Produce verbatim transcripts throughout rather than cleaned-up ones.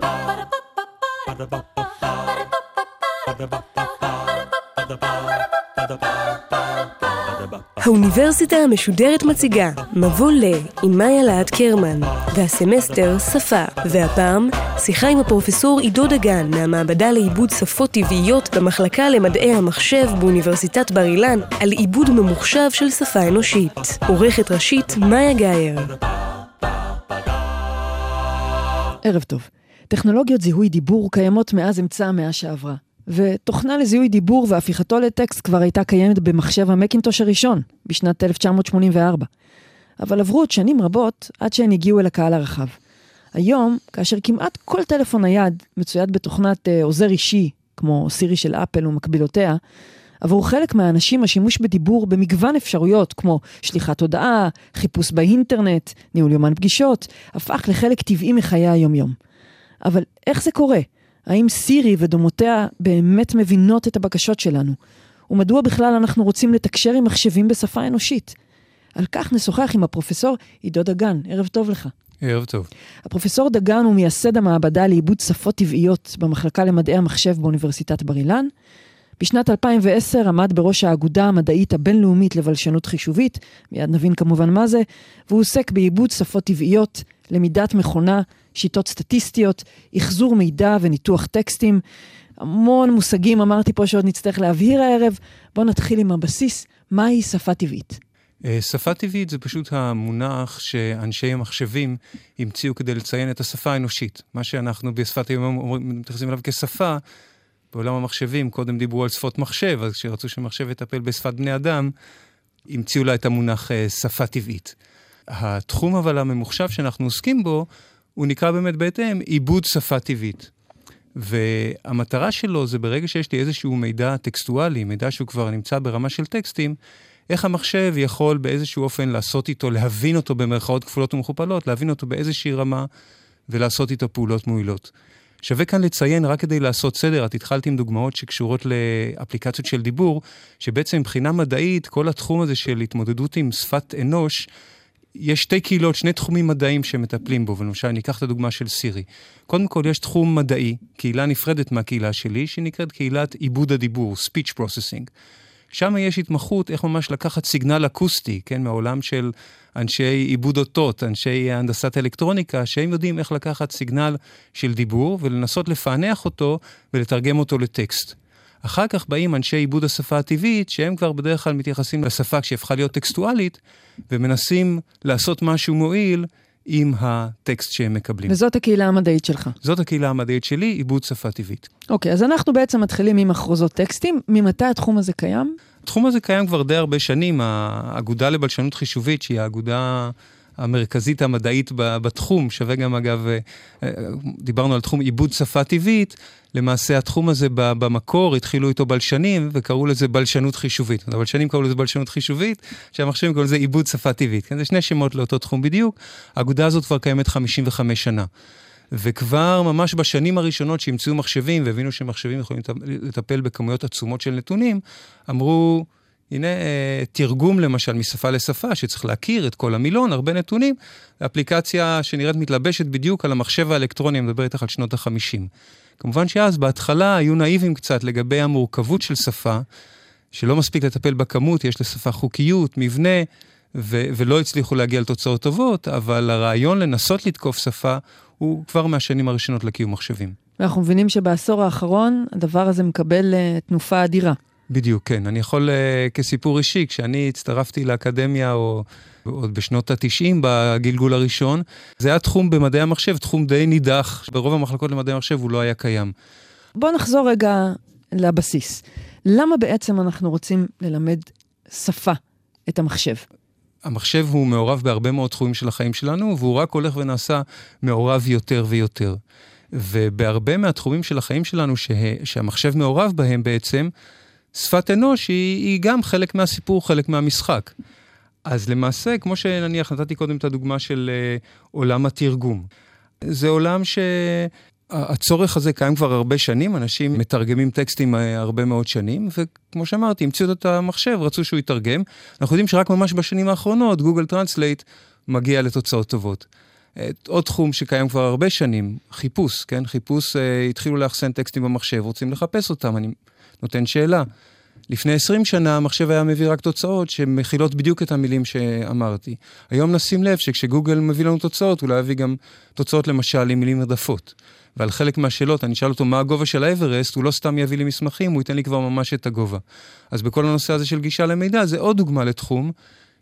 האוניברסיטה המשודרת מציגה מבוא ל עם מאיה להט קרמן והסמסטר שפה, והפעם שיחה עם הפרופסור עידו דגן מהמעבדה לעיבוד שפות טבעיות במחלקה למדעי המחשב באוניברסיטת בר אילן על עיבוד ממוחשב של שפה אנושית. עורכת ראשית מאיה גאייר. ערב טוב. טכנולוגיות זיהוי דיבור קיימות מאז אמצע המאה שעברה. ותוכנה לזיהוי דיבור והפיכתו לטקסט כבר הייתה קיימת במחשב המקינטוש הראשון, בשנת אלף תשע מאות שמונים וארבע. אבל עברו עוד שנים רבות עד שהן הגיעו אל הקהל הרחב. היום, כאשר כמעט כל טלפון נייד מצויד בתוכנת אה, עוזר אישי, כמו סירי של אפל ומקבילותיה, עבור חלק מהאנשים השימוש בדיבור במגוון אפשרויות, כמו שליחת הודעה, חיפוש באינטרנט, ניהול יומן פגישות, הפך לחלק טבעי מחיי היום-יום. אבל איך זה קורה? האם סירי ודומותיה באמת מבינות את הבקשות שלנו? ומדוע בכלל אנחנו רוצים לתקשר עם מחשבים בשפה אנושית? על כך נשוחח עם הפרופסור עידו דגן. ערב טוב לך. ערב טוב. הפרופסור דגן הוא מייסד המעבדה לעיבוד שפות טבעיות במחלקה למדעי המחשב באוניברסיטת בר אילן. בשנת אלפיים ועשר עמד בראש האגודה המדעית הבינלאומית לבלשנות חישובית, מיד נבין כמובן מה זה, והוא עוסק בעיבוד שפות טבעיות, למידת מכונה, שיטות סטטיסטיות, החזור מידע וניתוח טקסטים. המון מושגים אמרתי פה שעוד נצטרך להבהיר הערב. בואו נתחיל עם הבסיס. מהי שפה טבעית? שפה טבעית זה פשוט המונח שאנשי המחשבים המציאו כדי לציין את השפה האנושית. מה שאנחנו בשפת היום מתייחסים אליו כשפה, בעולם המחשבים קודם דיברו על שפות מחשב, אז כשרצו שמחשב יטפל בשפת בני אדם, המציאו לה את המונח שפה טבעית. התחום אבל הממוחשב שאנחנו עוסקים בו, הוא נקרא באמת בהתאם עיבוד שפה טבעית. והמטרה שלו זה ברגע שיש לי איזשהו מידע טקסטואלי, מידע שהוא כבר נמצא ברמה של טקסטים, איך המחשב יכול באיזשהו אופן לעשות איתו, להבין אותו במרכאות כפולות ומכופלות, להבין אותו באיזושהי רמה ולעשות איתו פעולות מועילות. שווה כאן לציין, רק כדי לעשות סדר, את התחלתי עם דוגמאות שקשורות לאפליקציות של דיבור, שבעצם מבחינה מדעית, כל התחום הזה של התמודדות עם שפת אנוש, יש שתי קהילות, שני תחומים מדעיים שמטפלים בו, ולמשל אני אקח את הדוגמה של סירי. קודם כל יש תחום מדעי, קהילה נפרדת מהקהילה שלי, שנקראת קהילת עיבוד הדיבור, speech processing. שם יש התמחות איך ממש לקחת סיגנל אקוסטי, כן, מהעולם של אנשי עיבוד אותות, אנשי הנדסת אלקטרוניקה, שהם יודעים איך לקחת סיגנל של דיבור, ולנסות לפענח אותו ולתרגם אותו לטקסט. אחר כך באים אנשי עיבוד השפה הטבעית, שהם כבר בדרך כלל מתייחסים לשפה כשהפכה להיות טקסטואלית, ומנסים לעשות משהו מועיל עם הטקסט שהם מקבלים. וזאת הקהילה המדעית שלך. זאת הקהילה המדעית שלי, עיבוד שפה טבעית. אוקיי, אז אנחנו בעצם מתחילים עם מחרוזות טקסטים. ממתי התחום הזה קיים? התחום הזה קיים כבר די הרבה שנים. האגודה לבלשנות חישובית, שהיא האגודה המרכזית המדעית בתחום, שווה גם אגב, דיברנו על תחום עיבוד שפה טבעית, למעשה התחום הזה במקור התחילו איתו בלשנים וקראו לזה בלשנות חישובית. הבלשנים קראו לזה בלשנות חישובית, שהמחשבים קראו לזה עיבוד שפה טבעית. כן, זה שני שמות לאותו תחום בדיוק. האגודה הזאת כבר קיימת חמישים וחמש שנה. וכבר ממש בשנים הראשונות שהמציאו מחשבים והבינו שמחשבים יכולים לטפל בכמויות עצומות של נתונים, אמרו, הנה תרגום למשל משפה לשפה, שצריך להכיר את כל המילון, הרבה נתונים, אפליקציה שנראית מתלבשת בדיוק על המחשב האלקטרוני, אני מדבר איתך על שנות החמישים. כמובן שאז בהתחלה היו נאיבים קצת לגבי המורכבות של שפה, שלא מספיק לטפל בכמות, יש לשפה חוקיות, מבנה, ו- ולא הצליחו להגיע לתוצאות טובות, אבל הרעיון לנסות לתקוף שפה, הוא כבר מהשנים הראשונות לקיום מחשבים. ואנחנו מבינים שבעשור האחרון, הדבר הזה מקבל uh, תנופה אדירה. בדיוק, כן. אני יכול, uh, כסיפור אישי, כשאני הצטרפתי לאקדמיה, או עוד בשנות ה-תשעים, בגלגול הראשון, זה היה תחום במדעי המחשב, תחום די נידח, ברוב המחלקות למדעי המחשב הוא לא היה קיים. בואו נחזור רגע לבסיס. למה בעצם אנחנו רוצים ללמד שפה את המחשב? המחשב הוא מעורב בהרבה מאוד תחומים של החיים שלנו, והוא רק הולך ונעשה מעורב יותר ויותר. ובהרבה מהתחומים של החיים שלנו, שה, שהמחשב מעורב בהם בעצם, שפת אנוש היא, היא גם חלק מהסיפור, חלק מהמשחק. אז למעשה, כמו שנניח, נתתי קודם את הדוגמה של uh, עולם התרגום. זה עולם שהצורך הזה קיים כבר הרבה שנים, אנשים מתרגמים טקסטים הרבה מאוד שנים, וכמו שאמרתי, המציאו את המחשב, רצו שהוא יתרגם. אנחנו יודעים שרק ממש בשנים האחרונות, גוגל טרנסלייט מגיע לתוצאות טובות. עוד תחום שקיים כבר הרבה שנים, חיפוש, כן? חיפוש, אה, התחילו לאחסן טקסטים במחשב, רוצים לחפש אותם, אני נותן שאלה. לפני עשרים שנה המחשב היה מביא רק תוצאות שמכילות בדיוק את המילים שאמרתי. היום נשים לב שכשגוגל מביא לנו תוצאות, הוא לא יביא גם תוצאות למשל עם מילים עדפות. ועל חלק מהשאלות, אני אשאל אותו מה הגובה של האברסט, הוא לא סתם יביא לי מסמכים, הוא ייתן לי כבר ממש את הגובה. אז בכל הנושא הזה של גישה למידע, זה עוד דוגמה לתחום,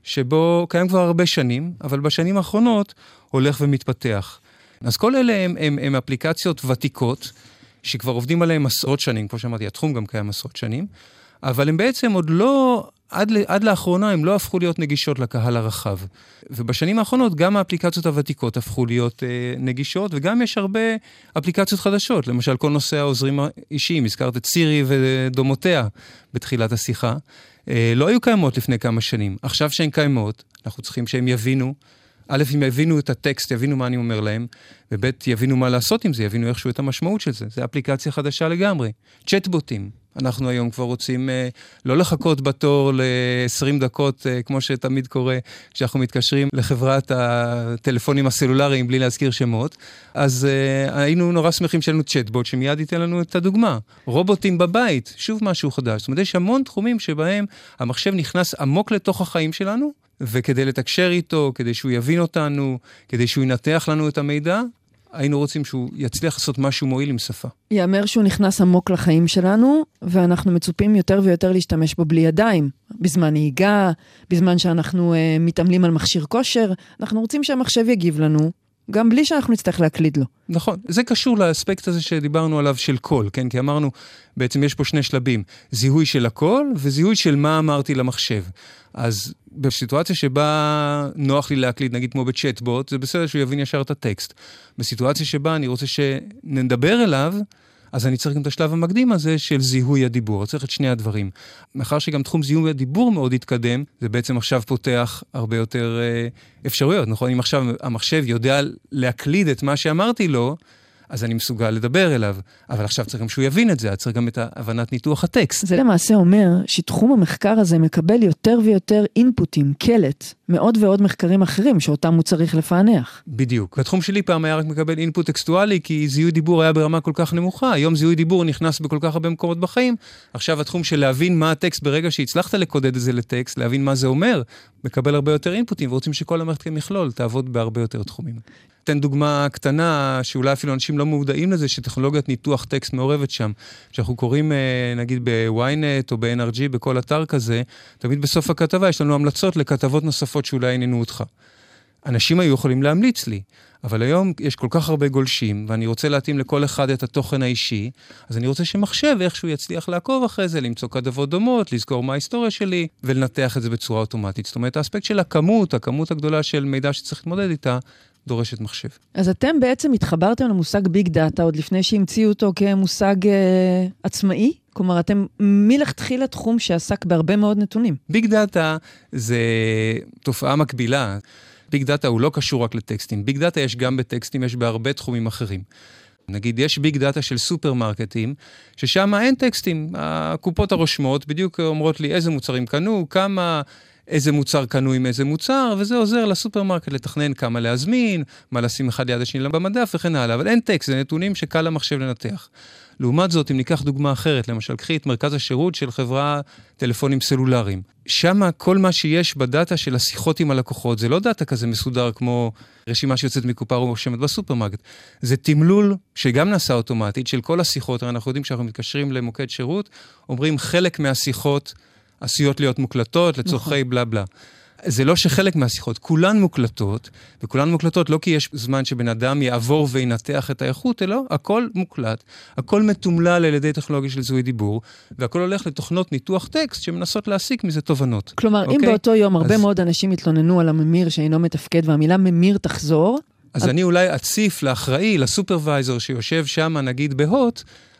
שבו קיים כבר הרבה שנים, אבל בשנים האחרונות הולך ומתפתח. אז כל אלה הם, הם, הם אפליקציות ותיקות, שכבר עובדים עליהם עשרות שנים, כמו שאמרתי, התחום גם קיים עשרות שנים, אבל הם בעצם עוד לא, עד, עד לאחרונה הם לא הפכו להיות נגישות לקהל הרחב. ובשנים האחרונות גם האפליקציות הוותיקות הפכו להיות אה, נגישות, וגם יש הרבה אפליקציות חדשות, למשל כל נושא העוזרים האישיים, הזכרת את סירי ודומותיה בתחילת השיחה, אה, לא היו קיימות לפני כמה שנים. עכשיו שהן קיימות, אנחנו צריכים שהם יבינו, א', אם יבינו את הטקסט, יבינו מה אני אומר להם, וב', יבינו מה לעשות עם זה, יבינו איכשהו את המשמעות של זה. זה אפליקציה חדשה לגמרי. צ'טבוטים. אנחנו היום כבר רוצים אה, לא לחכות בתור ל-עשרים דקות, אה, כמו שתמיד קורה, כשאנחנו מתקשרים לחברת הטלפונים הסלולריים בלי להזכיר שמות. אז אה, היינו נורא שמחים שלנו צ'טבוט, שמיד ייתן לנו את הדוגמה. רובוטים בבית, שוב משהו חדש. זאת אומרת, יש המון תחומים שבהם המחשב נכנס עמוק לתוך החיים שלנו, וכדי לתקשר איתו, כדי שהוא יבין אותנו, כדי שהוא ינתח לנו את המידע, היינו רוצים שהוא יצליח לעשות משהו מועיל עם שפה. יאמר שהוא נכנס עמוק לחיים שלנו, ואנחנו מצופים יותר ויותר להשתמש בו בלי ידיים. בזמן נהיגה, בזמן שאנחנו uh, מתעמלים על מכשיר כושר, אנחנו רוצים שהמחשב יגיב לנו, גם בלי שאנחנו נצטרך להקליד לו. נכון, זה קשור לאספקט הזה שדיברנו עליו של קול, כן? כי אמרנו, בעצם יש פה שני שלבים, זיהוי של הקול וזיהוי של מה אמרתי למחשב. אז בסיטואציה שבה נוח לי להקליד, נגיד כמו בצ'טבוט, זה בסדר שהוא יבין ישר את הטקסט. בסיטואציה שבה אני רוצה שנדבר אליו, אז אני צריך גם את השלב המקדים הזה של זיהוי הדיבור. צריך את שני הדברים. מאחר שגם תחום זיהוי הדיבור מאוד התקדם, זה בעצם עכשיו פותח הרבה יותר אה, אפשרויות. נכון? אם עכשיו המחשב יודע להקליד את מה שאמרתי לו, אז אני מסוגל לדבר אליו. אבל עכשיו צריך גם שהוא יבין את זה, צריך גם את ההבנת ניתוח הטקסט. זה למעשה אומר שתחום המחקר הזה מקבל יותר ויותר אינפוטים, קלט, מאוד ועוד מחקרים אחרים שאותם הוא צריך לפענח. בדיוק. התחום שלי פעם היה רק מקבל אינפוט טקסטואלי, כי זיהוי דיבור היה ברמה כל כך נמוכה. היום זיהוי דיבור נכנס בכל כך הרבה מקומות בחיים. עכשיו התחום של להבין מה הטקסט ברגע שהצלחת לקודד את זה לטקסט, להבין מה זה אומר, מקבל הרבה יותר אינפוטים, ורוצים שכל המערכת כמכלול תעבוד בהרבה יותר תחומים. תן דוגמה קטנה, שאולי אפילו אנשים לא מודעים לזה, שטכנולוגיית ניתוח טקסט מעורבת שם. כשאנחנו קוראים, נגיד, ב-ynet או ב-אן אר ג'י, בכל אתר כזה, תמיד בסוף הכתבה יש לנו המלצות לכתבות נוספות שאולי עניינו אותך. אנשים היו יכולים להמליץ לי, אבל היום יש כל כך הרבה גולשים, ואני רוצה להתאים לכל אחד את התוכן האישי, אז אני רוצה שמחשב איכשהו יצליח לעקוב אחרי זה, למצוא כתבות דומות, לזכור מה ההיסטוריה שלי, ולנתח את זה בצורה אוטומטית. זאת אומרת, האספקט של הכמות, הכמות הגדולה של מידע שצריך להתמודד איתה, דורשת מחשב. אז אתם בעצם התחברתם למושג ביג דאטה, עוד לפני שהמציאו אותו כמושג אה, עצמאי? כלומר, אתם מלכתחילה תחום שעסק בהרבה מאוד נתונים. ביג דאטה זה תופעה מקבילה. ביג דאטה הוא לא קשור רק לטקסטים. ביג דאטה יש גם בטקסטים, יש בהרבה תחומים אחרים. נגיד, יש ביג דאטה של סופרמרקטים, ששם אין טקסטים. הקופות הרושמות בדיוק אומרות לי איזה מוצרים קנו, כמה, איזה מוצר קנו עם איזה מוצר, וזה עוזר לסופרמרקט לתכנן כמה להזמין, מה לשים אחד ליד השני במדף וכן הלאה. אבל אין טקסט, זה נתונים שקל למחשב לנתח. לעומת זאת, אם ניקח דוגמה אחרת, למשל, קחי את מרכז השירות של חברה טלפונים סלולריים. שמה כל מה שיש בדאטה של השיחות עם הלקוחות, זה לא דאטה כזה מסודר כמו רשימה שיוצאת מקופה רושמת בסופרמרקט. זה תמלול שגם נעשה אוטומטית של כל השיחות. אנחנו יודעים שאנחנו מתקשרים למוקד שירות, אומרים חלק מהשיחות עשויות להיות מוקלטות לצורכי בלה בלה. זה לא שחלק מהשיחות, כולן מוקלטות, וכולן מוקלטות לא כי יש זמן שבן אדם יעבור וינתח את האיכות, אלא הכל מוקלט, הכל מתומלל על ידי טכנולוגיה של זיהוי דיבור, והכל הולך לתוכנות ניתוח טקסט שמנסות להסיק מזה תובנות. כלומר, אוקיי? אם באותו יום הרבה אז... מאוד אנשים התלוננו על הממיר שאינו מתפקד, והמילה ממיר תחזור, אז אני אולי אציף לאחראי, לסופרוויזר שיושב שם, נגיד בהוט,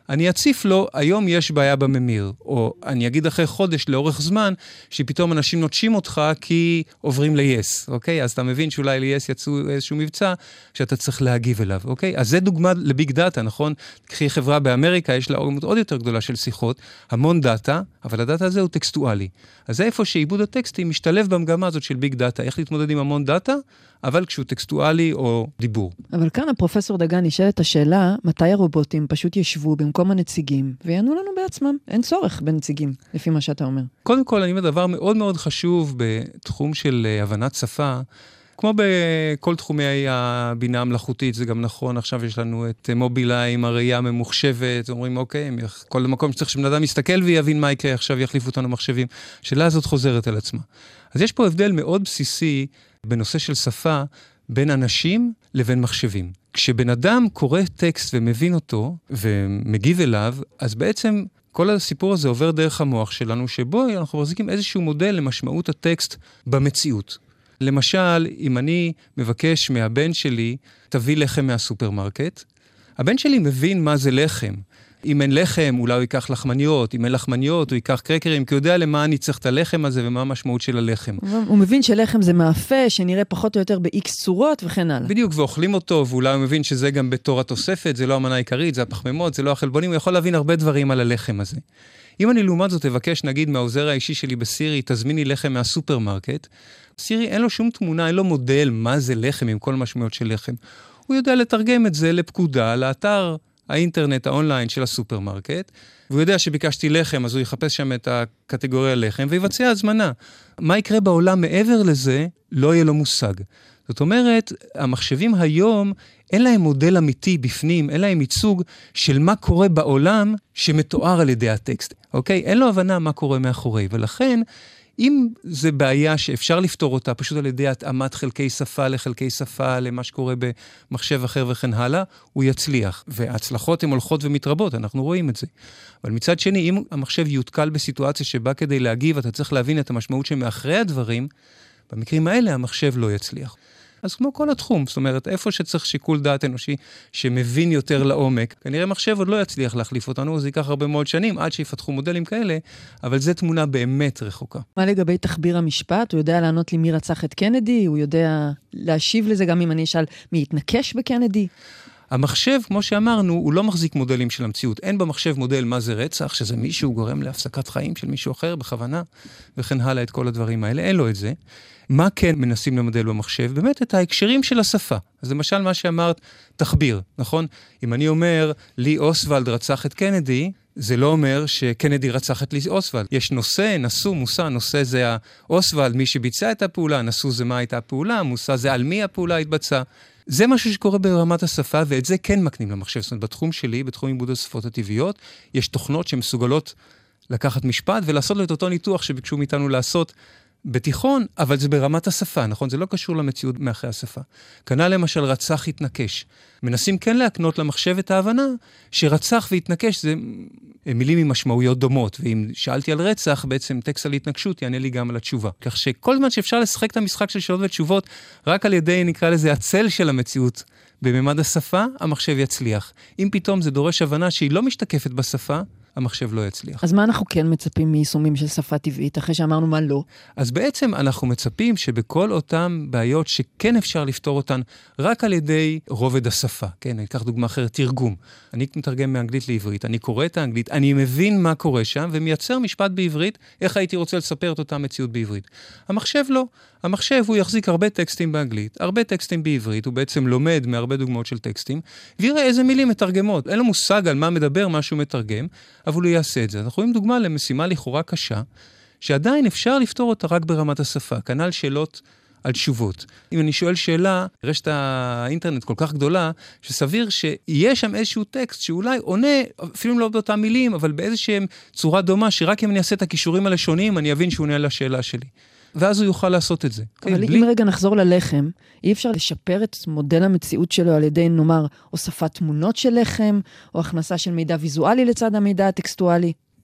אני אציף לו, היום יש בעיה בממיר, או אני אגיד אחרי חודש לאורך זמן, שפתאום אנשים נוטשים אותך כי עוברים ל-yes, אוקיי? אז אתה מבין שאולי ל-yes יצאו איזשהו מבצע שאתה צריך להגיב אליו, אוקיי? אז זה דוגמה לביג דאטה, נכון? קחי חברה באמריקה, יש לה עוגמת עוד יותר גדולה של שיחות, המון דאטה, אבל הדאטה הזה הוא טקסטואלי. אז זה איפה שעיבוד הטקסטים משתלב במגמה הזאת של ביג דאטה, איך להתמודד עם המון דאטה, אבל כשהוא טקסטואלי או דיבור. אבל כאן הפרופסור דגן נשאל את השאלה, מתי הרובוטים פשוט ישבו במקום הנציגים, ויענו לנו בעצמם. אין צורך בנציגים, לפי מה שאתה אומר. קודם כל, אני אומר דבר מאוד מאוד חשוב בתחום של הבנת שפה, כמו בכל תחומי הבינה המלאכותית, זה גם נכון, עכשיו יש לנו את מובילאיי עם הראייה הממוחשבת, אומרים, אוקיי, כל מקום שצריך שבן אדם יסתכל ויבין מה יקרה, עכשיו יחליפו אותנו מחשבים. השאלה הזאת חוזרת על עצמה. אז יש פה הבדל מאוד בסיסי בנושא של שפה, בין אנשים לבין מחשבים. כשבן אדם קורא טקסט ומבין אותו, ומגיב אליו, אז בעצם כל הסיפור הזה עובר דרך המוח שלנו, שבו אנחנו מחזיקים איזשהו מודל למשמעות הטקסט במציאות. למשל, אם אני מבקש מהבן שלי, תביא לחם מהסופרמרקט, הבן שלי מבין מה זה לחם. אם אין לחם, אולי הוא ייקח לחמניות, אם אין לחמניות, הוא ייקח קרקרים, כי הוא יודע למה אני צריך את הלחם הזה, ומה המשמעות של הלחם. הוא מבין שלחם זה מאפה, שנראה פחות או יותר ב-X צורות, וכן הלאה. בדיוק, ואוכלים אותו, ואולי הוא מבין שזה גם בתור התוספת, זה לא המנה העיקרית, זה הפחמימות, זה לא החלבונים, הוא יכול להבין הרבה דברים על הלחם הזה. אם אני לעומת זאת אבקש, נגיד, מהעוזר האישי שלי בסירי, תזמיני לחם מהסופרמרקט, סירי אין לו שום תמונה, אין לו מודל מה זה לחם עם כל המשמעויות של לחם. הוא יודע לתרגם את זה לפקודה, לאתר האינטרנט האונליין של הסופרמרקט, והוא יודע שביקשתי לחם, אז הוא יחפש שם את הקטגוריה לחם, ויבצע הזמנה. מה יקרה בעולם מעבר לזה, לא יהיה לו מושג. זאת אומרת, המחשבים היום, אין להם מודל אמיתי בפנים, אין להם ייצוג של מה קורה בעולם שמתואר על ידי הטקסט. אוקיי? אין לו הבנה מה קורה מאחורי, ולכן, אם זה בעיה שאפשר לפתור אותה פשוט על ידי התאמת חלקי שפה לחלקי שפה, למה שקורה במחשב אחר וכן הלאה, הוא יצליח. וההצלחות הן הולכות ומתרבות, אנחנו רואים את זה. אבל מצד שני, אם המחשב יותקל בסיטואציה שבה כדי להגיב, אתה צריך להבין את המשמעות שמאחרי הדברים, במקרים האלה המחשב לא יצליח. אז כמו כל התחום, זאת אומרת, איפה שצריך שיקול דעת אנושי שמבין יותר לעומק, כנראה מחשב עוד לא יצליח להחליף אותנו, זה ייקח הרבה מאוד שנים עד שיפתחו מודלים כאלה, אבל זו תמונה באמת רחוקה. מה לגבי תחביר המשפט? הוא יודע לענות לי מי רצח את קנדי? הוא יודע להשיב לזה גם אם אני אשאל מי יתנקש בקנדי? המחשב, כמו שאמרנו, הוא לא מחזיק מודלים של המציאות. אין במחשב מודל מה זה רצח, שזה מישהו גורם להפסקת חיים של מישהו אחר בכוונה, וכן הלאה את כל הדברים האלה. אין לו את זה. מה כן מנסים למדל במחשב? באמת את ההקשרים של השפה. אז למשל מה שאמרת, תחביר, נכון? אם אני אומר, לי אוסוולד רצח את קנדי, זה לא אומר שקנדי רצח את לי אוסוולד. יש נושא, נשוא, מושא, נושא זה האוסוולד, מי שביצע את הפעולה, נשוא זה מה הייתה הפעולה, מושא זה על מי הפעולה התבצעה. זה משהו שקורה ברמת השפה, ואת זה כן מקנים למחשב. זאת אומרת, בתחום שלי, בתחום עיבוד השפות הטבעיות, יש תוכנות שמסוגלות לקחת משפט ולעשות לו את אותו ניתוח שביקשו מאיתנו לעשות בתיכון, אבל זה ברמת השפה, נכון? זה לא קשור למציאות מאחרי השפה. כנ"ל למשל רצח התנקש. מנסים כן להקנות למחשב את ההבנה שרצח והתנקש זה מילים עם משמעויות דומות, ואם שאלתי על רצח, בעצם טקסט על התנקשות יענה לי גם על התשובה. כך שכל זמן שאפשר לשחק את המשחק של שאלות ותשובות, רק על ידי, נקרא לזה, הצל של המציאות בממד השפה, המחשב יצליח. אם פתאום זה דורש הבנה שהיא לא משתקפת בשפה, המחשב לא יצליח. אז מה אנחנו כן מצפים מיישומים של שפה טבעית, אחרי שאמרנו מה לא? אז בעצם אנחנו מצפים שבכל אותם בעיות שכן אפשר לפתור אותן, רק על ידי רובד השפה. כן, אני אקח דוגמה אחרת, תרגום. אני מתרגם מאנגלית לעברית, אני קורא את האנגלית, אני מבין מה קורה שם, ומייצר משפט בעברית, איך הייתי רוצה לספר את אותה מציאות בעברית. המחשב לא. המחשב הוא יחזיק הרבה טקסטים באנגלית, הרבה טקסטים בעברית, הוא בעצם לומד מהרבה דוגמאות של טקסטים, ויראה איזה מילים מתרגמות. אין לו מושג על מה מדבר, מה שהוא מתרגם, אבל הוא יעשה את זה. אנחנו רואים דוגמה למשימה לכאורה קשה, שעדיין אפשר לפתור אותה רק ברמת השפה. כנ"ל שאלות על תשובות. אם אני שואל שאלה, רשת האינטרנט כל כך גדולה, שסביר שיהיה שם איזשהו טקסט שאולי עונה, אפילו לא באותם מילים, אבל באיזושהי צורה דומה, שרק אם אני אעשה את הכישורים הלשוניים, אני אבין שהוא עונה לשאלה שלי. ואז הוא יוכל לעשות את זה. אבל אם רגע נחזור ללחם, אי אפשר לשפר את מודל המציאות שלו על ידי, נאמר, הוספת תמונות של לחם, או הכנסה של מידע ויזואלי לצד המידע הטקסטואלי?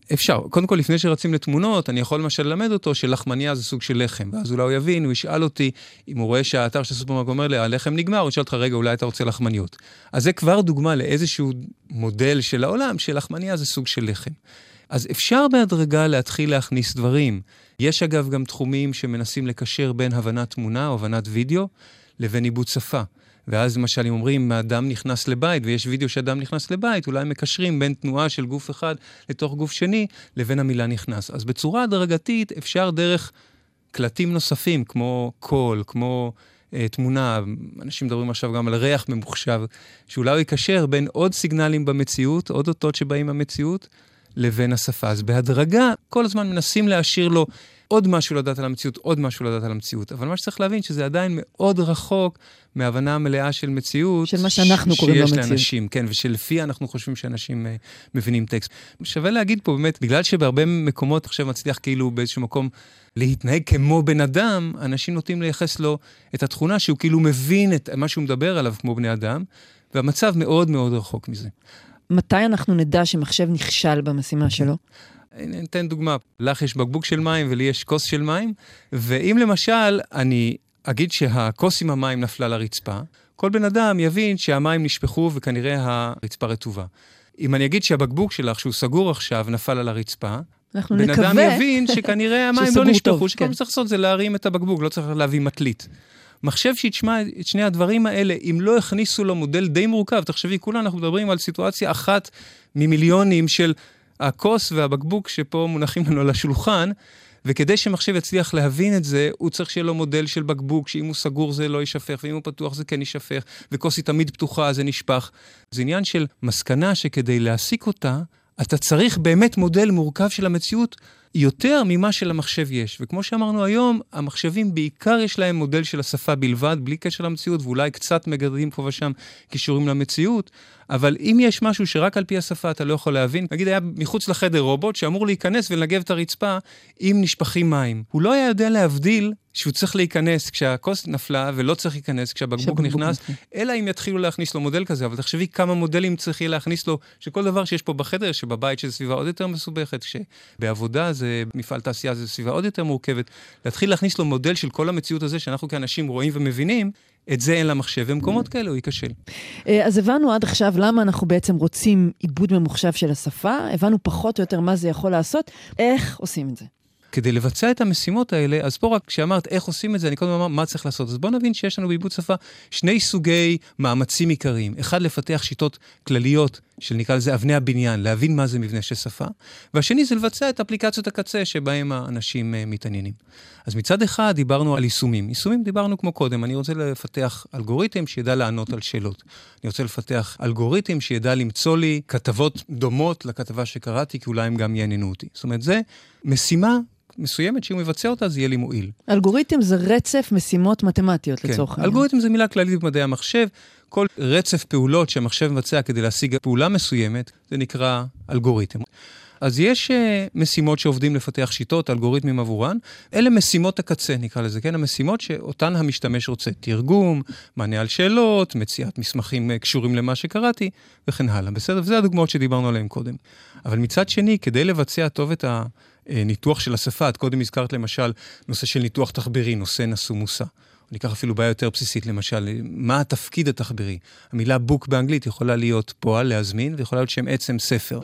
אפשר. קודם כל, לפני שרצים לתמונות, אני יכול למשל ללמד אותו שלחמניה זה סוג של לחם. ואז אולי הוא יבין, הוא ישאל אותי, אם הוא רואה שהאתר של סופרמרקט אומר לי, הלחם נגמר, הוא ישאל אותך, רגע, אולי אתה רוצה לחמניות. אז זה כבר דוגמה לאיזשהו מודל של העולם, שלחמניה זה סוג של לחם. אז אפשר בהדרגה להתחיל להכניס דברים. יש אגב גם תחומים שמנסים לקשר בין הבנת תמונה או הבנת וידאו לבין עיבוד שפה. ואז למשל אם אומרים, האדם נכנס לבית, ויש וידאו שאדם נכנס לבית, אולי מקשרים בין תנועה של גוף אחד לתוך גוף שני, לבין המילה נכנס. אז בצורה הדרגתית אפשר דרך קלטים נוספים, כמו קול, כמו אה, תמונה, אנשים מדברים עכשיו גם על ריח ממוחשב, שאולי הוא יקשר בין עוד סיגנלים במציאות, עוד אותות שבאים במציאות, לבין השפה. אז בהדרגה, כל הזמן מנסים להשאיר לו עוד משהו לדעת על המציאות, עוד משהו לדעת על המציאות. אבל מה שצריך להבין שזה עדיין מאוד רחוק מהבנה המלאה של מציאות. של מה שאנחנו קוראים לו מציאות. שיש לאנשים, כן, ושלפי אנחנו חושבים שאנשים uh, מבינים טקסט. שווה להגיד פה באמת, בגלל שבהרבה מקומות עכשיו מצליח כאילו באיזשהו מקום להתנהג כמו בן אדם, אנשים נוטים לייחס לו את התכונה שהוא כאילו מבין את מה שהוא מדבר עליו כמו בני אדם, והמצב מאוד מאוד רחוק מזה. מתי אנחנו נדע שמחשב נכשל במשימה שלו? אני אתן דוגמה, לך יש בקבוק של מים ולי יש כוס של מים, ואם למשל אני אגיד שהכוס עם המים נפלה לרצפה, כל בן אדם יבין שהמים נשפכו וכנראה הרצפה רטובה. אם אני אגיד שהבקבוק שלך שהוא סגור עכשיו נפל על הרצפה, בן אדם יבין שכנראה המים לא נשפכו, שכל מה שצריך לעשות זה להרים את הבקבוק, לא צריך להביא מטלית. מחשב שישמע את שני הדברים האלה, אם לא הכניסו לו מודל די מורכב, תחשבי, כולה אנחנו מדברים על סיטואציה אחת ממיליונים של הכוס והבקבוק שפה מונחים לנו על השולחן, וכדי שמחשב יצליח להבין את זה, הוא צריך שיהיה לו מודל של בקבוק, שאם הוא סגור זה לא יישפך, ואם הוא פתוח זה כן יישפך, וכוס היא תמיד פתוחה זה נשפך. זה עניין של מסקנה שכדי להסיק אותה, אתה צריך באמת מודל מורכב של המציאות, יותר ממה שלמחשב יש. וכמו שאמרנו היום, המחשבים בעיקר יש להם מודל של השפה בלבד, בלי קשר למציאות, ואולי קצת מגרדים פה ושם קישורים למציאות, אבל אם יש משהו שרק על פי השפה אתה לא יכול להבין, נגיד היה מחוץ לחדר רובוט שאמור להיכנס ולנגב את הרצפה אם נשפכים מים. הוא לא היה יודע להבדיל שהוא צריך להיכנס כשהכוס נפלה ולא צריך להיכנס כשהבקבוק נכנס, אלא אם יתחילו להכניס לו מודל כזה, אבל תחשבי כמה מודלים צריכים להכניס לו, שכל דבר שיש פה בחדר, שבבית שזה סביבה עוד יותר מסובכת, שבעבודה זה מפעל תעשייה זה סביבה עוד יותר מורכבת, להתחיל להכניס לו מודל של כל המציאות הזה שאנחנו כאנשים רואים ומבינים, את זה אין למחשב, ומקומות כאלה הוא ייכשל. אז הבנו עד עכשיו למה אנחנו בעצם רוצים עיבוד ממוחשב של השפה, הבנו פחות או יותר מה זה יכול לעשות, איך עושים את זה? כדי לבצע את המשימות האלה, אז פה רק כשאמרת איך עושים את זה, אני קודם אמר מה צריך לעשות. אז בואו נבין שיש לנו בעיבוד שפה שני סוגי מאמצים עיקריים. אחד, לפתח שיטות כלליות, של נקרא לזה אבני הבניין, להבין מה זה מבנה של שפה, והשני זה לבצע את אפליקציות הקצה שבהם האנשים מתעניינים. אז מצד אחד דיברנו על יישומים. יישומים דיברנו כמו קודם, אני רוצה לפתח אלגוריתם שידע לענות על שאלות. אני רוצה לפתח אלגוריתם שידע למצוא לי כתבות דומות לכתבה שקראתי, כי אולי הם גם יעניינו אותי. זאת אומרת, זה משימה מסוימת שאם מבצע אותה, זה יהיה לי מועיל. אלגוריתם זה רצף משימות מתמטיות כן. לצורך העניין. אלגוריתם זה מילה כללית במדעי המחשב. כל רצף פעולות שהמחשב מבצע כדי להשיג פעולה מסוימת, זה נקרא אלגוריתם. אז יש uh, משימות שעובדים לפתח שיטות, אלגוריתמים עבורן. אלה משימות הקצה, נקרא לזה, כן? המשימות שאותן המשתמש רוצה. תרגום, מענה על שאלות, מציאת מסמכים uh, קשורים למה שקראתי, וכן הלאה. בסדר? וזה הדוגמאות שדיברנו עליהן קודם. אבל מצד שני, כדי לבצע טוב את הניתוח של השפה, את קודם הזכרת למשל נושא של ניתוח תחבירי, נושא נשוא מושא. ניקח אפילו בעיה יותר בסיסית, למשל, מה התפקיד התחבירי? המילה בוק באנגלית יכולה להיות פועל, להזמין, ויכולה להיות שם עצם ספר.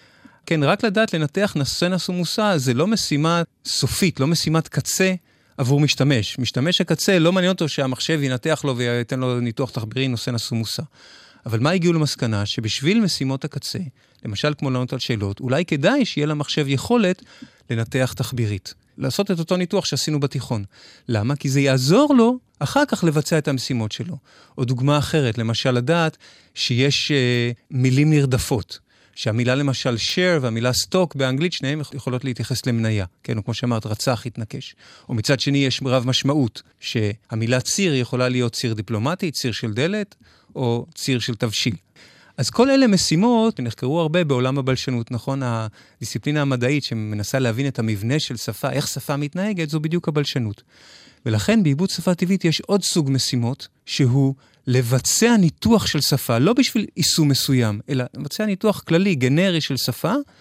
כן, רק לדעת לנתח נושא נשוא מושא, זה לא משימה סופית, לא משימת קצה עבור משתמש. משתמש הקצה לא מעניין אותו שהמחשב ינתח לו וייתן לו ניתוח תחבירי, נושא נשוא מושא. אבל מה הגיעו למסקנה? שבשביל משימות הקצה, למשל כמו לענות על שאלות, אולי כדאי שיהיה למחשב יכולת לנתח תחבירית. לעשות את אותו ניתוח שעשינו בתיכון. למה? כי זה יעזור לו אחר כך לבצע את המשימות שלו. או דוגמה אחרת, למשל לדעת שיש uh, מילים נרדפות. שהמילה למשל share והמילה stock באנגלית, שניהם יכולות להתייחס למניה. כן, או כמו שאמרת, רצח, התנקש. או מצד שני יש רב משמעות, שהמילה ציר יכולה להיות ציר דיפלומטי, ציר של דלת, או ציר של תבשיל. אז כל אלה משימות נחקרו הרבה בעולם הבלשנות, נכון? הדיסציפלינה המדעית שמנסה להבין את המבנה של שפה, איך שפה מתנהגת, זו בדיוק הבלשנות. ולכן בעיבוד שפה טבעית יש עוד סוג משימות, שהוא לבצע ניתוח של שפה, לא בשביל יישום מסוים, אלא לבצע ניתוח כללי, גנרי של שפה,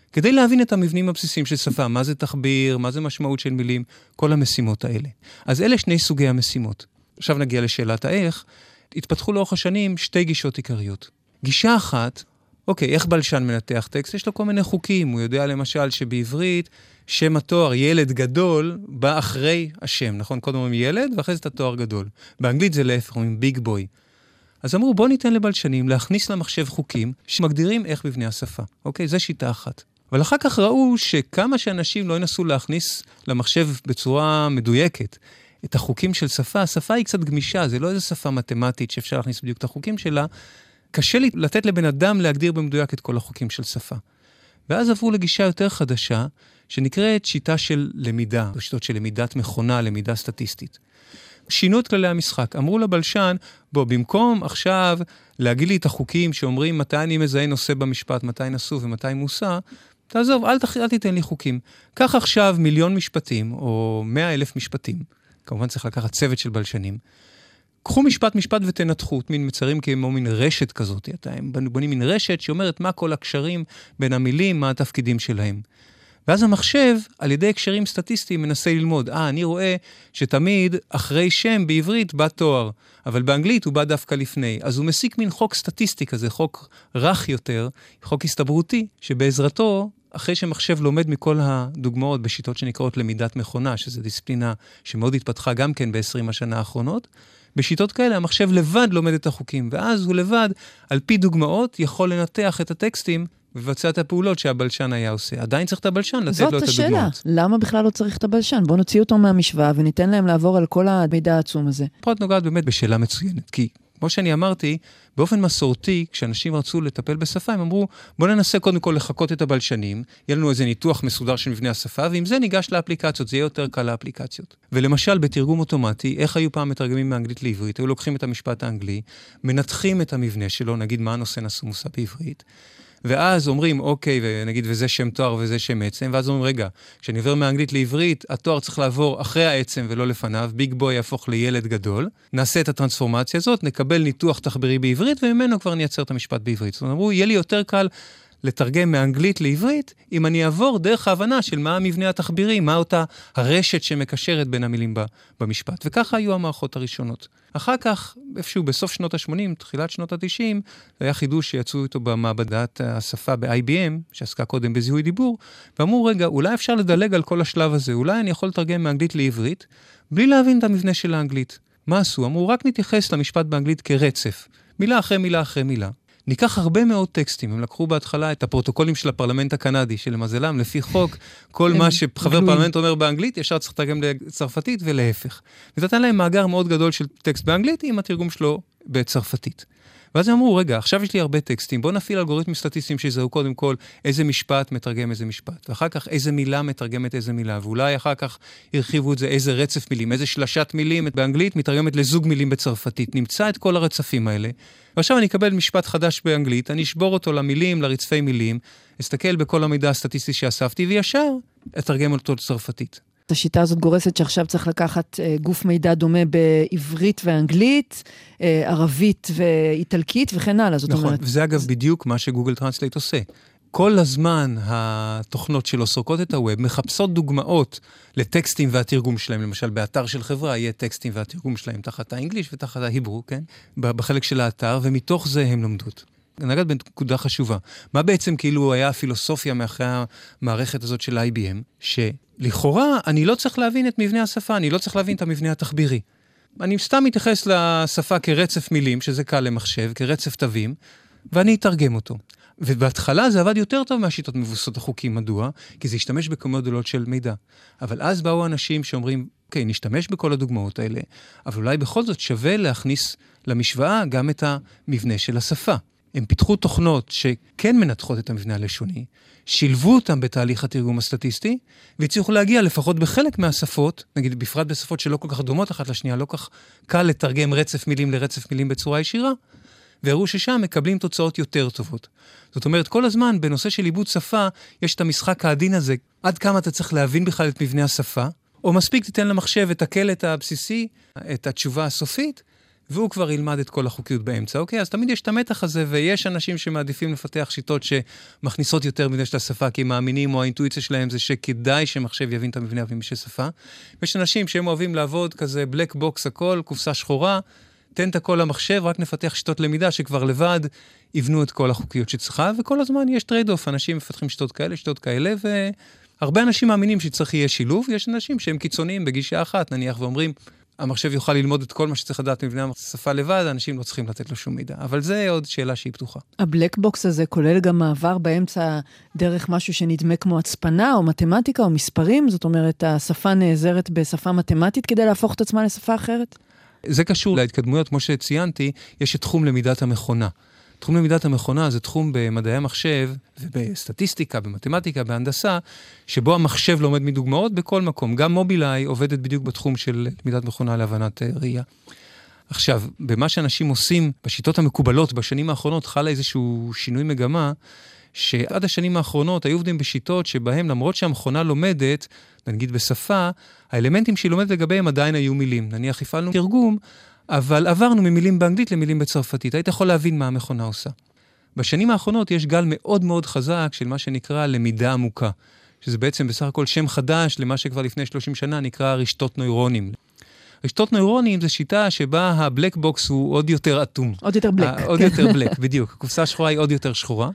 כדי להבין את המבנים הבסיסיים של שפה, מה זה תחביר, מה זה משמעות של מילים, כל המשימות האלה. אז אלה שני סוגי המשימות. עכשיו נגיע לשאלת האיך. התפתחו לאורך השנים שתי גישות עיקריות. גישה אחת, אוקיי, איך בלשן מנתח טקסט? יש לו כל מיני חוקים. הוא יודע למשל שבעברית שם התואר ילד גדול בא אחרי השם, נכון? קודם אומרים ילד ואחרי זה את התואר גדול. באנגלית זה להפך, אומרים ביג בוי. אז אמרו, בוא ניתן לבלשנים להכניס למחשב חוקים שמגדירים איך מבנה השפה. אוקיי, זו שיטה אחת. אבל אחר כך ראו שכמה שאנשים לא ינסו להכניס למחשב בצורה מדויקת את החוקים של שפה, השפה היא קצת גמישה, זה לא איזו שפה מתמטית שאפשר להכניס בדיוק את החוקים שלה, קשה לי לתת לבן אדם להגדיר במדויק את כל החוקים של שפה. ואז עברו לגישה יותר חדשה, שנקראת שיטה של למידה, שיטות של למידת מכונה, למידה סטטיסטית. שינו את כללי המשחק. אמרו לבלשן, בוא, במקום עכשיו להגיד לי את החוקים שאומרים מתי אני מזהה נושא במשפט, מתי נסו ומתי מוסע, תעזוב, אל, תח... אל תיתן לי חוקים. קח עכשיו מיליון משפטים, או מאה אלף משפטים, כמובן צריך לקחת צוות של בלשנים, קחו משפט משפט ותנתחו, מין מצרים כמו מין רשת כזאת, הם בונים מין רשת שאומרת מה כל הקשרים בין המילים, מה התפקידים שלהם. ואז המחשב, על ידי הקשרים סטטיסטיים, מנסה ללמוד. אה, אני רואה שתמיד אחרי שם בעברית בא תואר, אבל באנגלית הוא בא דווקא לפני. אז הוא מסיק מין חוק סטטיסטי כזה, חוק רך יותר, חוק הסתברותי, שבעזרתו, אחרי שמחשב לומד מכל הדוגמאות בשיטות שנקראות למידת מכונה, שזו דיסציפלינה שמאוד התפתחה גם כן ב-עשרים השנה האחרונות, בשיטות כאלה המחשב לבד לומד את החוקים, ואז הוא לבד, על פי דוגמאות, יכול לנתח את הטקסטים, ובצע את הפעולות שהבלשן היה עושה. עדיין צריך את הבלשן לתת לו את הדוגמאות. זאת השאלה. למה בכלל לא צריך את הבלשן? בוא נוציא אותו מהמשוואה וניתן להם לעבור על כל המידע העצום הזה. פה את נוגעת באמת בשאלה מצוינת, כי כמו שאני אמרתי, באופן מסורתי, כשאנשים רצו לטפל בשפה, הם אמרו, בוא ננסה קודם כל לחכות את הבלשנים, יהיה לנו איזה ניתוח מסודר של מבנה השפה, ועם זה ניגש לאפליקציות, זה יהיה יותר קל לאפליקציות. ולמשל, בתרגום אוטומטי, איך היו פעם מתרגמים מאנגלית לעברית? היו לוקחים את המשפט האנגלי, מנתחים את המבנה שלו, נגיד מה הנושא נשוא מושא בעברית, ואז אומרים, אוקיי, ונגיד, וזה שם תואר וזה שם עצם, ואז אומרים, רגע, כשאני עובר מאנגלית לעברית, התואר צריך לעבור אחרי העצם ולא לפניו, ביג בוי יהפוך לילד גדול, נעשה את הטרנספורמציה הזאת, נקבל ניתוח תחבירי בעברית, וממנו כבר נייצר את המשפט בעברית. זאת אומרת, אמרו, יהיה לי יותר קל לתרגם מאנגלית לעברית, אם אני אעבור דרך ההבנה של מה המבנה התחבירי, מה אותה הרשת שמקשרת בין המילים במשפט. וככה היו המערכות הראשונות. אחר כך, איפשהו בסוף שנות ה-שמונים, תחילת שנות ה-תשעים, היה חידוש שיצאו איתו במעבדת השפה ב-איי בי אם, שעסקה קודם בזיהוי דיבור, ואמרו, רגע, אולי אפשר לדלג על כל השלב הזה, אולי אני יכול לתרגם מאנגלית לעברית, בלי להבין את המבנה של האנגלית. מה עשו? אמרו, רק נתייחס למשפט באנגלית כרצף, מילה אחרי מילה אחרי מילה. ניקח הרבה מאוד טקסטים, הם לקחו בהתחלה את הפרוטוקולים של הפרלמנט הקנדי, שלמזלם, לפי חוק, כל מה שחבר פרלמנט אומר באנגלית, ישר צריך לתרגם לצרפתית ולהפך. ונתן להם מאגר מאוד גדול של טקסט באנגלית, עם התרגום שלו בצרפתית. ואז הם אמרו, רגע, עכשיו יש לי הרבה טקסטים, בוא נפעיל אלגוריתמים סטטיסטיים שיזהו קודם כל איזה משפט מתרגם איזה משפט, ואחר כך איזה מילה מתרגמת איזה מילה, ואולי אחר כך הרחיבו את זה איזה רצף מילים, איזה שלשת מילים באנגלית מתרגמת לזוג מילים בצרפתית. נמצא את כל הרצפים האלה, ועכשיו אני אקבל משפט חדש באנגלית, אני אשבור אותו למילים, לרצפי מילים, אסתכל בכל המידע הסטטיסטי שאספתי, וישר אתרגם אותו לצרפתית. השיטה הזאת גורסת שעכשיו צריך לקחת אה, גוף מידע דומה בעברית ואנגלית, אה, ערבית ואיטלקית וכן הלאה. זאת נכון, אומרת... וזה אגב בדיוק מה שגוגל טרנסלייט עושה. כל הזמן התוכנות שלו סורקות את הווב, מחפשות דוגמאות לטקסטים והתרגום שלהם, למשל באתר של חברה יהיה טקסטים והתרגום שלהם תחת האנגליש ותחת ההיברו, כן? בחלק של האתר, ומתוך זה הם לומדות. נגעת בנקודה חשובה. מה בעצם כאילו היה הפילוסופיה מאחרי המערכת הזאת של איי בי אם, שלכאורה אני לא צריך להבין את מבנה השפה, אני לא צריך להבין את המבנה התחבירי. אני סתם מתייחס לשפה כרצף מילים, שזה קל למחשב, כרצף תווים, ואני אתרגם אותו. ובהתחלה זה עבד יותר טוב מהשיטות מבוססות החוקים. מדוע? כי זה השתמש בכמויות גדולות של מידע. אבל אז באו אנשים שאומרים, אוקיי, נשתמש בכל הדוגמאות האלה, אבל אולי בכל זאת שווה להכניס למשוואה גם את המבנה של השפה. הם פיתחו תוכנות שכן מנתחות את המבנה הלשוני, שילבו אותם בתהליך התרגום הסטטיסטי, והצליחו להגיע לפחות בחלק מהשפות, נגיד בפרט בשפות שלא כל כך דומות אחת לשנייה, לא כך קל לתרגם רצף מילים לרצף מילים בצורה ישירה, והראו ששם מקבלים תוצאות יותר טובות. זאת אומרת, כל הזמן בנושא של עיבוד שפה, יש את המשחק העדין הזה, עד כמה אתה צריך להבין בכלל את מבנה השפה, או מספיק תיתן למחשב את הקלט הבסיסי, את התשובה הסופית, והוא כבר ילמד את כל החוקיות באמצע, אוקיי? אז תמיד יש את המתח הזה, ויש אנשים שמעדיפים לפתח שיטות שמכניסות יותר מבנה של השפה, כי הם מאמינים, או האינטואיציה שלהם זה שכדאי שמחשב יבין את המבנה הפנימי של שפה. ויש אנשים שהם אוהבים לעבוד כזה בלק בוקס הכל, קופסה שחורה, תן את הכל למחשב, רק נפתח שיטות למידה שכבר לבד יבנו את כל החוקיות שצריכה, וכל הזמן יש טרייד-אוף, אנשים מפתחים שיטות כאלה, שיטות כאלה, והרבה אנשים מאמינים שצריך יהיה שילוב, ויש אנשים שהם קיצוניים בגישה אחת, נניח ואומרים, המחשב יוכל ללמוד את כל מה שצריך לדעת מבנה השפה לבד, אנשים לא צריכים לתת לו שום מידע. אבל זה עוד שאלה שהיא פתוחה. הבלק בוקס הזה כולל גם מעבר באמצע דרך משהו שנדמה כמו הצפנה, או מתמטיקה, או מספרים, זאת אומרת, השפה נעזרת בשפה מתמטית כדי להפוך את עצמה לשפה אחרת? זה קשור להתקדמויות, כמו שציינתי, יש את תחום למידת המכונה. תחום למידת המכונה זה תחום במדעי המחשב, ובסטטיסטיקה, במתמטיקה, בהנדסה, שבו המחשב לומד מדוגמאות בכל מקום. גם מובילאיי עובדת בדיוק בתחום של למידת מכונה להבנת ראייה. עכשיו, במה שאנשים עושים בשיטות המקובלות בשנים האחרונות, חלה איזשהו שינוי מגמה, שעד השנים האחרונות היו עובדים בשיטות שבהם למרות שהמכונה לומדת, נגיד בשפה, האלמנטים שהיא לומדת לגביהם עדיין היו מילים. נניח הפעלנו תרגום, אבל עברנו ממילים באנגלית למילים בצרפתית. היית יכול להבין מה המכונה עושה. בשנים האחרונות יש גל מאוד מאוד חזק של מה שנקרא למידה עמוקה, שזה בעצם בסך הכל שם חדש למה שכבר לפני שלושים שנה נקרא רשתות נוירונים. רשתות נוירונים זה שיטה שבה הבלק בוקס הוא עוד יותר אטום. עוד יותר בלק. עוד יותר בלק, בדיוק. הקופסה השחורה היא עוד יותר שחורה.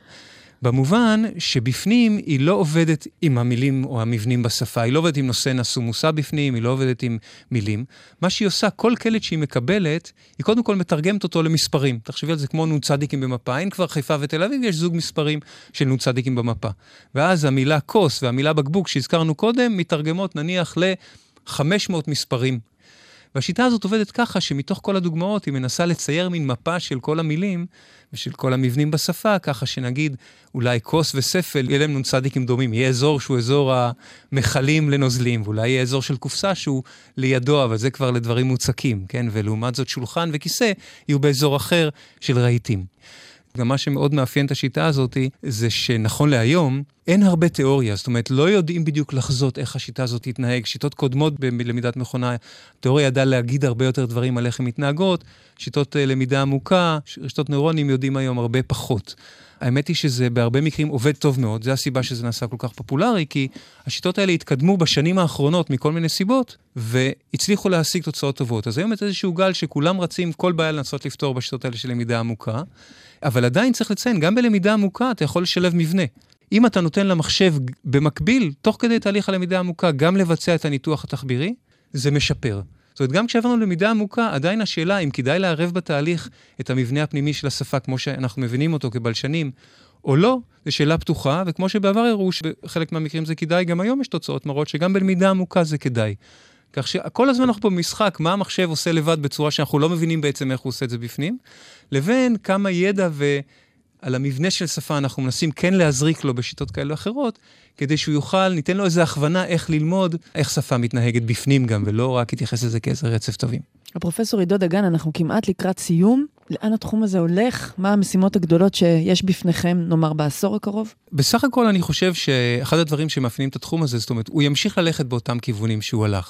במובן שבפנים היא לא עובדת עם המילים או המבנים בשפה, היא לא עובדת עם נושא נשוא מושא בפנים, היא לא עובדת עם מילים. מה שהיא עושה, כל קלט שהיא מקבלת, היא קודם כל מתרגמת אותו למספרים. תחשבי על זה כמו נון צדיקים במפה, אין כבר חיפה ותל אביב, יש זוג מספרים של נון צדיקים במפה. ואז המילה כוס והמילה בקבוק שהזכרנו קודם, מתרגמות נניח ל-חמש מאות מספרים. והשיטה הזאת עובדת ככה שמתוך כל הדוגמאות היא מנסה לצייר מין מפה של כל המילים ושל כל המבנים בשפה, ככה שנגיד אולי כוס וספל יהיה להם נון צדיקים דומים, יהיה אזור שהוא אזור המחלים לנוזלים, ואולי יהיה אזור של קופסה שהוא לידו, אבל זה כבר לדברים מוצקים, כן? ולעומת זאת שולחן וכיסא יהיו באזור אחר של רהיטים. גם מה שמאוד מאפיין את השיטה הזאת זה שנכון להיום אין הרבה תיאוריה, זאת אומרת לא יודעים בדיוק לחזות איך השיטה הזאת תתנהג. שיטות קודמות בלמידת מכונה, התיאוריה ידעה להגיד הרבה יותר דברים על איך הן מתנהגות, שיטות למידה עמוקה, רשתות נוירונים יודעים היום הרבה פחות. האמת היא שזה בהרבה מקרים עובד טוב מאוד, זה הסיבה שזה נעשה כל כך פופולרי, כי השיטות האלה התקדמו בשנים האחרונות מכל מיני סיבות, והצליחו להשיג תוצאות טובות. אז היום יש איזשהו גל שכולם רצים כל בעיה לנסות לפתור בשיטות האלה של למידה עמוקה, אבל עדיין צריך לציין, גם בלמידה עמוקה אתה יכול לשלב מבנה. אם אתה נותן למחשב במקביל, תוך כדי תהליך הלמידה עמוקה, גם לבצע את הניתוח התחבירי, זה משפר. זאת אומרת, גם כשעברנו למידה עמוקה, עדיין השאלה אם כדאי לערב בתהליך את המבנה הפנימי של השפה, כמו שאנחנו מבינים אותו כבלשנים, או לא, זו שאלה פתוחה, וכמו שבעבר הראו שבחלק מהמקרים זה כדאי, גם היום יש תוצאות מראות שגם בלמידה עמוקה זה כדאי. כך שכל הזמן אנחנו פה במשחק, מה המחשב עושה לבד בצורה שאנחנו לא מבינים בעצם איך הוא עושה את זה בפנים, לבין כמה ידע ועל המבנה של שפה אנחנו מנסים כן להזריק לו בשיטות כאלה אחרות, כדי שהוא יוכל, ניתן לו איזו הכוונה איך ללמוד, איך שפה מתנהגת בפנים גם, ולא רק יתייחס לזה כאיזה רצף טובים. הפרופסור עידו דגן, אנחנו כמעט לקראת סיום. לאן התחום הזה הולך? מה המשימות הגדולות שיש בפניכם, נאמר, בעשור הקרוב? בסך הכל אני חושב שאחד הדברים שמאפיינים את התחום הזה, זאת אומרת, הוא ימשיך ללכת באותם כיוונים שהוא הלך.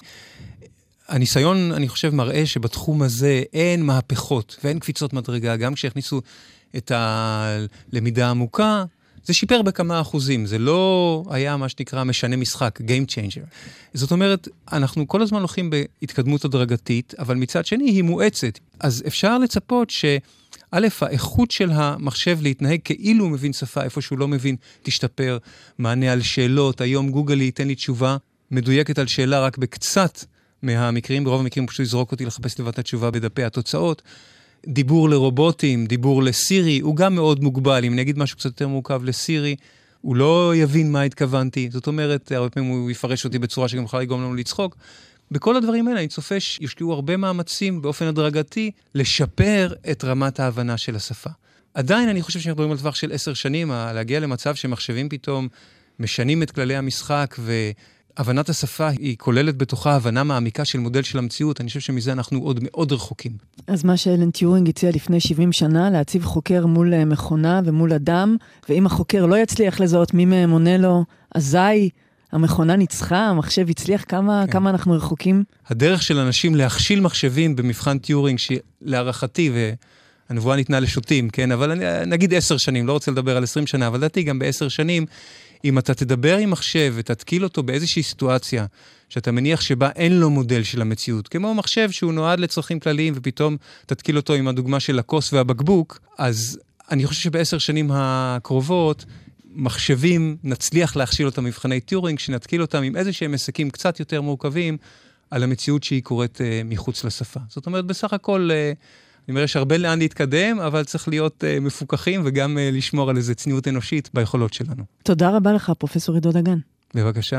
הניסיון, אני חושב, מראה שבתחום הזה אין מהפכות ואין קפיצות מדרגה, גם כשהכניסו את הלמידה העמוקה, זה שיפר בכמה אחוזים, זה לא היה מה שנקרא משנה משחק, game changer. זאת אומרת, אנחנו כל הזמן הולכים בהתקדמות הדרגתית, אבל מצד שני היא מואצת. אז אפשר לצפות שא', האיכות של המחשב להתנהג כאילו הוא מבין שפה, איפה שהוא לא מבין, תשתפר, מענה על שאלות, היום גוגל ייתן לי תשובה מדויקת על שאלה רק בקצת מהמקרים, ברוב המקרים הוא פשוט יזרוק אותי לחפש לבד את התשובה בדפי התוצאות. דיבור לרובוטים, דיבור לסירי, הוא גם מאוד מוגבל. אם נגיד משהו קצת יותר מורכב לסירי, הוא לא יבין מה התכוונתי. זאת אומרת, הרבה פעמים הוא יפרש אותי בצורה שגם יכולה לגרום לנו לצחוק. בכל הדברים האלה אני צופה שישקיעו הרבה מאמצים באופן הדרגתי לשפר את רמת ההבנה של השפה. עדיין אני חושב שאנחנו מדברים על טווח של עשר שנים, להגיע למצב שמחשבים פתאום משנים את כללי המשחק ו... הבנת השפה היא כוללת בתוכה הבנה מעמיקה של מודל של המציאות, אני חושב שמזה אנחנו עוד מאוד רחוקים. אז מה שאלן טיורינג הציע לפני שבעים שנה, להציב חוקר מול מכונה ומול אדם, ואם החוקר לא יצליח לזהות מי מהם עונה לו, אזי המכונה ניצחה, המחשב הצליח, כמה, כן. כמה אנחנו רחוקים? הדרך של אנשים להכשיל מחשבים במבחן טיורינג, שלהערכתי, והנבואה ניתנה לשוטים, כן? אבל אני, נגיד עשר שנים, לא רוצה לדבר על עשרים שנה, אבל דעתי גם בעשר שנים, אם אתה תדבר עם מחשב ותתקיל אותו באיזושהי סיטואציה, שאתה מניח שבה אין לו מודל של המציאות, כמו מחשב שהוא נועד לצרכים כלליים, ופתאום תתקיל אותו עם הדוגמה של הכוס והבקבוק, אז אני חושב שבעשר שנים הקרובות, מחשבים נצליח להכשיל אותם מבחני טיורינג, שנתקיל אותם עם איזשהם עסקים קצת יותר מורכבים, על המציאות שהיא קורית uh, מחוץ לשפה. זאת אומרת, בסך הכל, uh, אני אומר, יש הרבה לאן להתקדם, אבל צריך להיות uh, מפוקחים, וגם uh, לשמור על איזו צניעות אנושית ביכולות שלנו. תודה רבה לך, פרופסור עידו דגן. בבקשה.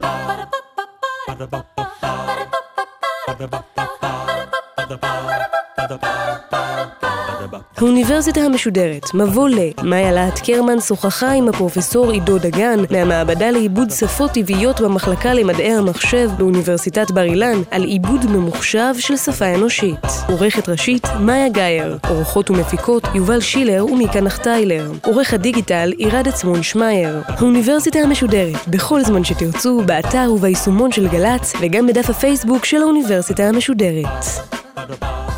האוניברסיטה המשודרת, מבוא ל. מאיה להט קרמן שוחחה עם הפרופסור עידו דגן מהמעבדה לעיבוד שפות טבעיות במחלקה למדעי המחשב באוניברסיטת בר אילן על עיבוד ממוחשב של שפה אנושית. עורכת ראשית מאיה גייר, עורכות ומפיקות יובל שילר ומיקה נחטיילר, עורך הדיגיטל עירד עצמון שמייר. האוניברסיטה המשודרת, בכל זמן שתרצו, באתר וביישומון של גלץ וגם בדף הפייסבוק של האוניברסיטה המשודרת.